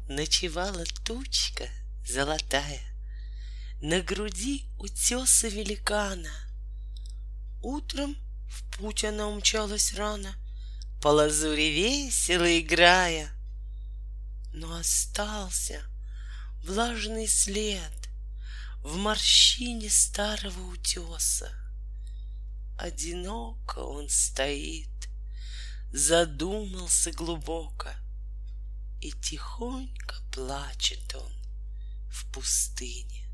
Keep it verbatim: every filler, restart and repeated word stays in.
ночевала тучка золотая на груди утеса великана. Утром в путь она умчалась рано, по лазури весело играя. Но остался влажный след в морщине старого утеса. Одиноко он стоит, задумался глубоко, и тихонько плачет он в пустыне.